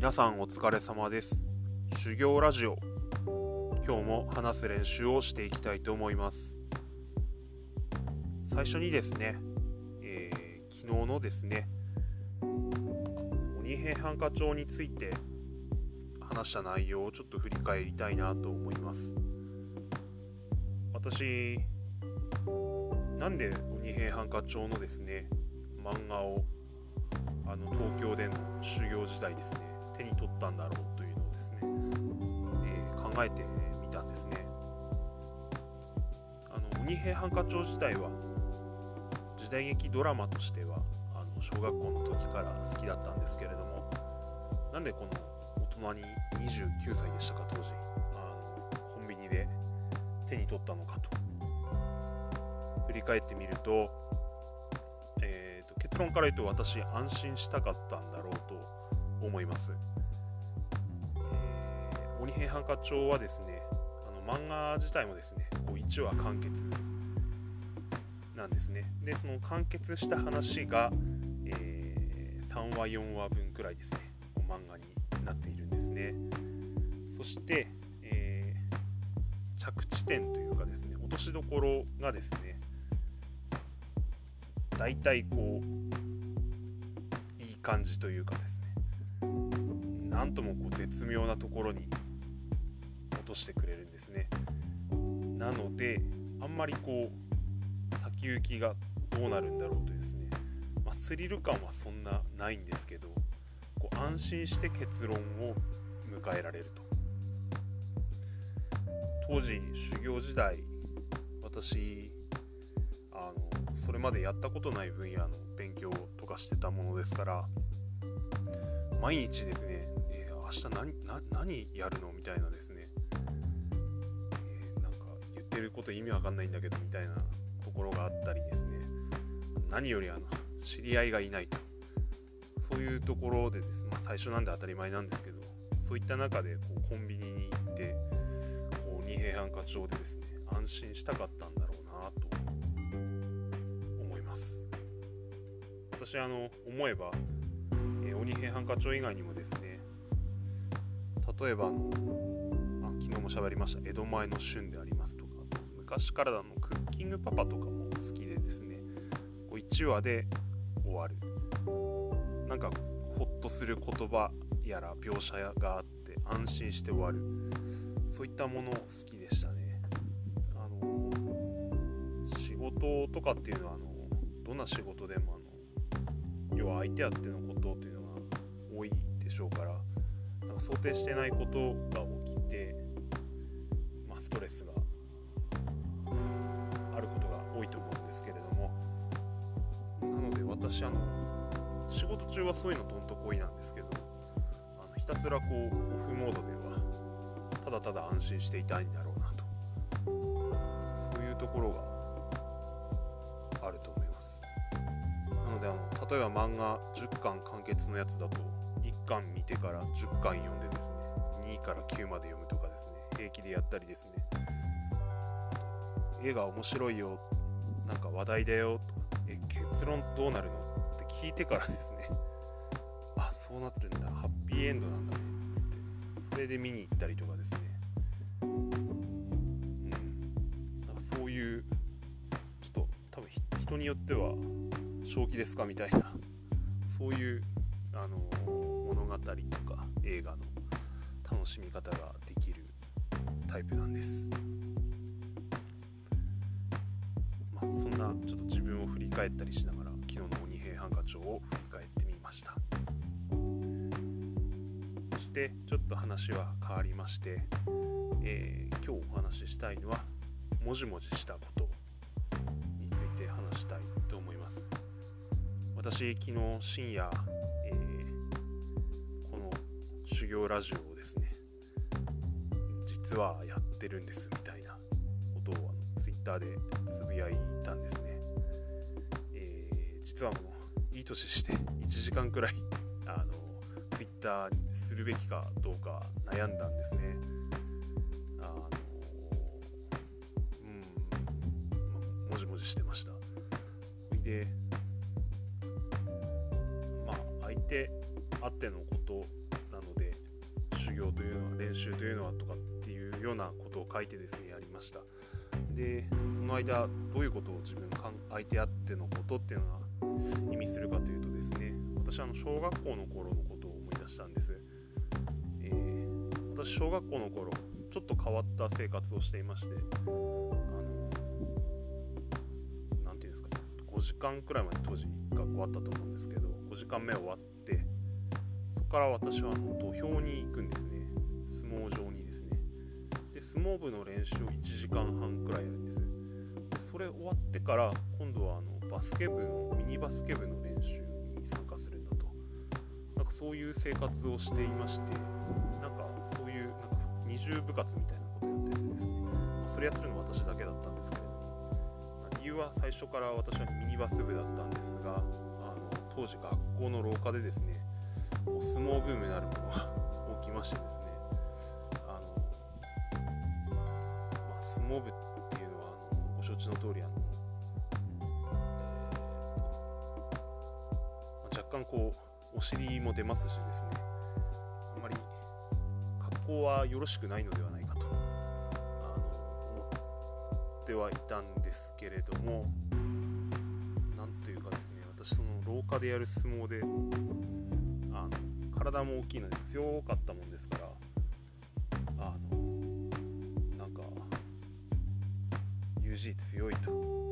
皆さんお疲れ様です。修行ラジオ、今日も話す練習をしていきたいと思います。最初にですね、昨日のですね鬼平犯科帳について話した内容をちょっと振り返りたいなと思います。私なんで鬼平犯科帳のですね漫画を東京での修行時代ですね手に取ったんだろうというのをですね、考えてみたんですね。鬼平犯科帳自体は時代劇ドラマとしては小学校の時から好きだったんですけれども、なんでこの大人に29歳でしたか当時コンビニで手に取ったのかと振り返ってみると、結論から言うと私安心したかったんだろうと思います。鬼平犯科帳はですね漫画自体もですね1話完結なんですね。でその完結した話が、3話4話分くらいですね漫画になっているんですね。そして、着地点というかですね落としどころがですねだいたいいい感じというかですねなんとも絶妙なところに落としてくれるんですね。なのであんまり先行きがどうなるんだろうとですね、スリル感はそんなないんですけど安心して結論を迎えられると。当時修行時代私それまでやったことない分野の勉強とかしてたものですから毎日ですね、明日何やるのみたいなですね、なんか言ってること意味わかんないんだけどみたいなところがあったりですね、何より知り合いがいないとそういうところでですね、最初なんで当たり前なんですけどそういった中でコンビニに行って鬼平犯科帳でですね安心したかったんだろうなと思います。私思えば、鬼平犯科帳以外にもですね例えば昨日も喋りました江戸前の春でありますとか昔からのクッキングパパとかも好きでですね1話で終わるなんかホッとする言葉やら描写があって安心して終わるそういったもの好きでしたね。仕事とかっていうのはどんな仕事でも要は相手あってのことっていうのが多いでしょうからなんか想定してないことが起きて、ストレスがあることが多いと思うんですけれども、なので私仕事中はそういうのどんとこいなんですけどひたすらオフモードではただただ安心していたいんだろうなとそういうところがあると思います。なので例えば漫画10巻完結のやつだと1巻見てから10巻読んでですね2から9まで読むとかですね平気でやったりですね、映画面白いよなんか話題だよとか結論どうなるのって聞いてからですねそうなってるんだハッピーエンドなんだねつってそれで見に行ったりとかですね、なんかそういうちょっと多分人によっては正気ですかみたいなそういう物語とか映画の楽しみ方ができるタイプなんです。そんなちょっと自分を振り返ったりしながら昨日の鬼平犯科帳を振り返ってみました。そしてちょっと話は変わりまして、今日お話ししたいのはもじもじしたことについて話したいと思います。私昨日深夜、この修行ラジオをですね実はやってるんですみたいなことをツイッターでつぶやいたんですね。実はもういい年して1時間くらいツイッターにするべきかどうか悩んだんですね。もじもじしてました。で相手あってのことなので修行というのは、練習というのはとかっていうようなことを書いてですねやりました。でその間どういうことを相手あってのことっていうのが意味するかというとですね、私小学校の頃のことを思い出したんです。私小学校の頃ちょっと変わった生活をしていまして、なんていうんですかね、5時間くらいまで当時学校あったと思うんですけど、5時間目終わってそこから私は土俵に行くんですね。相撲場にですね。で相撲部の練習を1時間半くらいやるんです。でそれ終わってから今度はミニバスケ部の練習に参加するんだと、なんかそういう生活をしていまして、なんかそういう二重部活みたいなことをやっててですね、それやってるのは私だけだったんですけれども、理由は最初から私はミニバス部だったんですが、当時学校の廊下でですね、もう相撲ブームになるものが起きましてですね、相撲部っていうのはご承知の通り若干お尻も出ますしですね、あまり格好はよろしくないのではないかと思ってはいたんですけれども、なんというかですね、私その廊下でやる相撲で体も大きいので強かったもんですから、なんかUG 強いと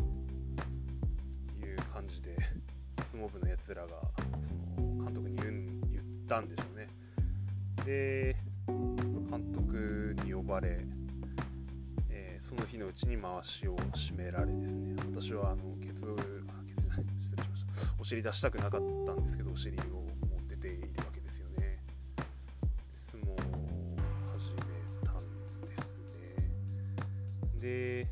いう感じで相撲部のやつらがその監督に言ったんでしょうね。で監督に呼ばれ、その日のうちに回しを締められですね、私は失礼しました、お尻出したくなかったんですけど、お尻をもう出ているわけですよね。相撲を始めたんですね。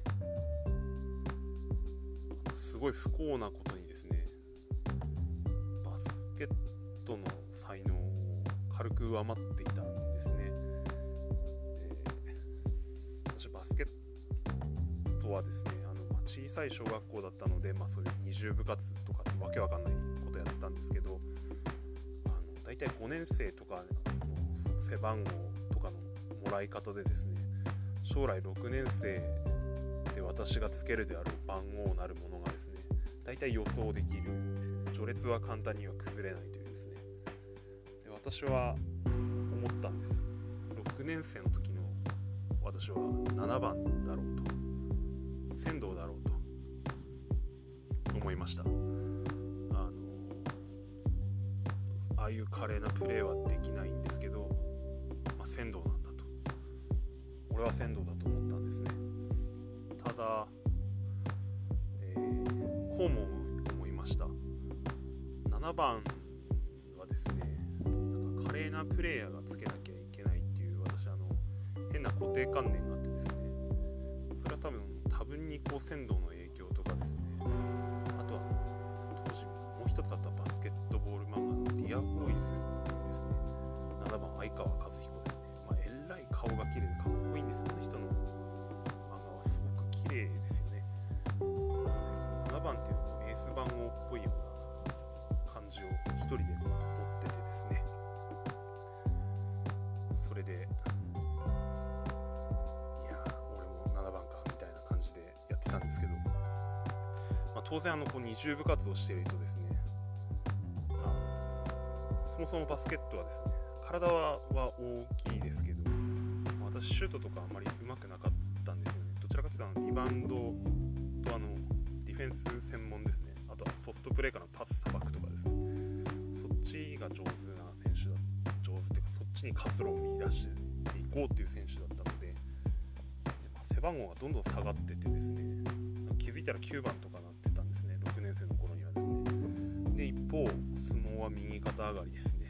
ですごい不幸なことにですね、バスケットの才能を軽く上回っていたんですね。私バスケットはですね、小さい小学校だったので、そういう二重部活とかってわけわかんないことやってたんですけど、だいたい5年生とかの背番号とかのもらい方でですね、将来6年生で私がつけるであろう番号なるものがですね、だいたい予想できるんですね。序列は簡単には崩れないというですね。で私は思ったんです。6年生の時の私は7番だろうと、仙道だろうと思いました。ああいう華麗なプレーはできないんですけど、仙道なんだと、俺は仙道だと思ったんですね。ただ、こうも思いました。7番はですね、なんか華麗なプレーヤーがつけなきゃいけないっていう、私変な固定観念があってですね、それは多分に仙道の影響とかですね、あとは当時もう一つあったバスケットボール漫画のディアボーイズっていうですね、7番相川和彦ですね、えらい顔が綺麗でかっこいいんですよね。人の漫画はすごく綺麗ですよね。7番っていうのはエース番号っぽいような感じを一人で持っててですね、それでたんですけど、当然二重部活をしているとですね、そもそもバスケットはですね、体は大きいですけど、私シュートとかあまり上手くなかったんですよね。どちらかというとリバウンドとディフェンス専門ですね。あとはポストプレーからのパスさばくとかですね、そっちが上手な選手上手っていうか、そっちに活路を見出していこうっていう選手だったので、背番号がどんどん下がってってですね、気づいたら9番とかなってたんですね、6年生の頃にはですね。で一方相撲は右肩上がりですね、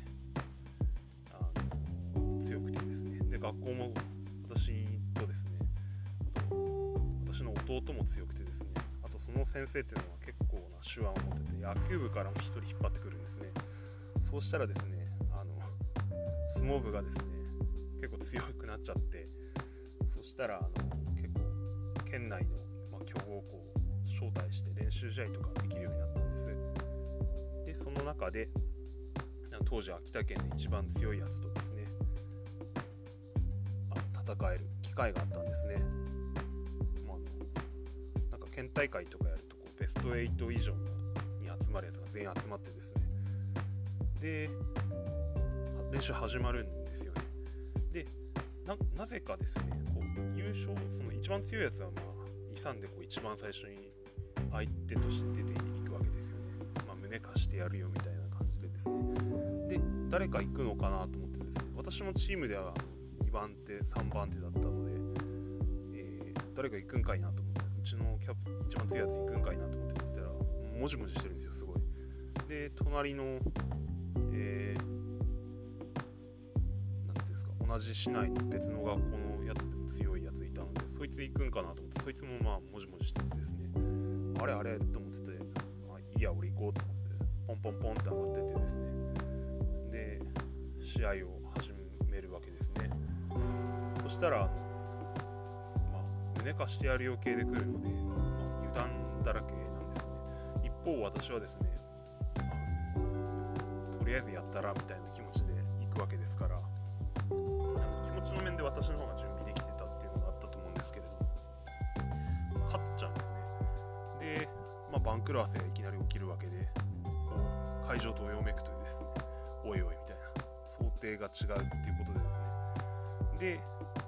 強くてですね、で学校も私とですね、あと私の弟も強くてですね、あとその先生っていうのは結構な手腕を持ってて、野球部からも一人引っ張ってくるんですね。そうしたらですね、相撲部がですね結構強くなっちゃって、そしたら結構県内の、強豪校を招待して練習試合とかできるようになったんです。でその中で当時秋田県で一番強いやつとですね、 戦える機会があったんですね。なんか県大会とかやるとベスト8以上に集まるやつが全員集まってですね、で練習始まるんですよね。で なぜかですね優勝、その一番強いやつは勇んで一番最初に相手として出ていくわけですよね。胸貸してやるよみたいな感じでですね、で誰か行くのかなと思ってですね、私もチームでは2番手3番手だったので、誰か行くんかいなと思って、うちのキャプ一番強いやつ行くんかいなと思って見てたらもじもじしてるんですよ、すごい。で隣のなんていうんですか、同じ市内の別の学校のやつでも強いやついたので、そいつ行くんかなと思って、そいつももじもじしててですね、あれと思ってて、いや俺行こうと思ってポンポンポンって上がっててですね、で試合を始めるわけですね。そしたら胸貸してやるよ系で来るので、油断だらけなんですよね。一方私はですね、とりあえずやったらみたいな気持ちで行くわけですから、気持ちの面で私の方が準備できてたっていうのがあったと思うんですけれども、勝っちゃうんですね。で、番狂わせがいきなり起きるわけで、会場とよめくというですね、おいおいみたいな、想定が違うっていうことでですね、で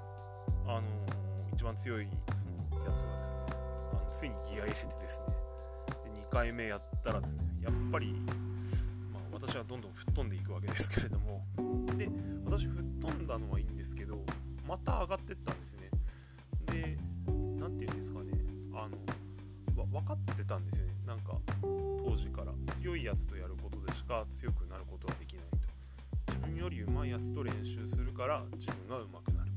一番強いそのやつがですね、ついにギア入れてですね、で2回目やったらですね、やっぱり、私はどんどん吹っ飛んでいくわけですけれども、で私吹っ飛んだのはいいんですけど、また上がってったんですね。でなんていうんですかね、分かってたんですよね。なんか当時から強いやつとやることでしか強くなることはできないと、自分より上手いやつと練習するから自分が上手くなる。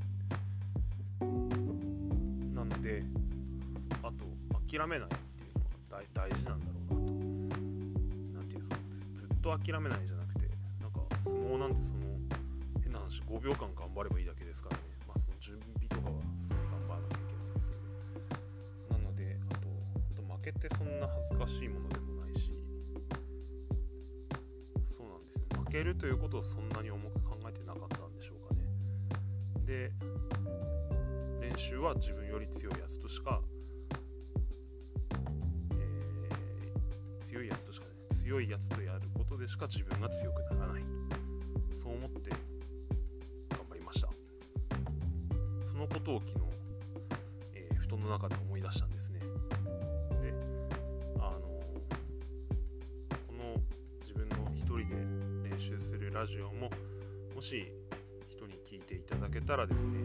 なのであと諦めないっていうのが大事なんだろうなと。なんていうんですか、ずっと諦めないじゃなくて、なんか相撲なんてその変な話5秒間頑張ればいいだけですからね。その準備とかはすごい頑張らなきゃいけないんですけど、なのであと負けてそんな恥ずかしいものでもないし、そうなんですよ、負けるということをそんなに重く考えてなかったんでしょうかね。で練習は自分より強いやつとしか、強いやつとやることでしか自分が強くならない、そう思って頑張りました。そのことを昨日、布団の中で思い出したんですね。でこの自分の一人で練習するラジオももし人に聞いていただけたらですね、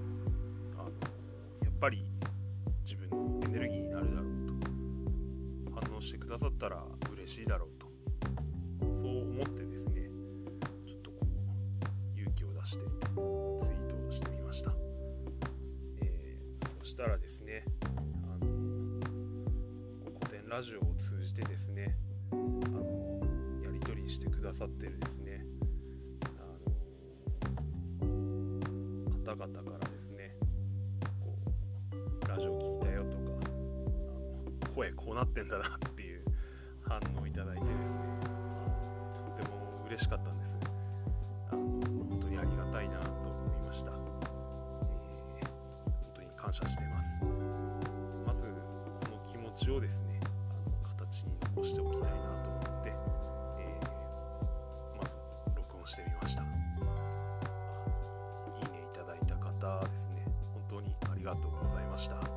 やっぱり自分のエネルギーになるだろうと、反応してくださったら嬉しいだろうと、そう思ってですね、ちょっと勇気を出してツイートをしてみました。そしたらですね、古典ラジオを通じてですね、やり取りしてくださってるですね、方々からですね、ラジオ聞いたよとか、声こうなってんだなっていう反応いただいてですね、とっても嬉しかったんです。本当にありがたいなと思いました。本当に感謝しています。まずこの気持ちをですね、形に残しておきたいなと思って、まず録音してみました。いいねいただいた方ですね、本当にありがとうございました。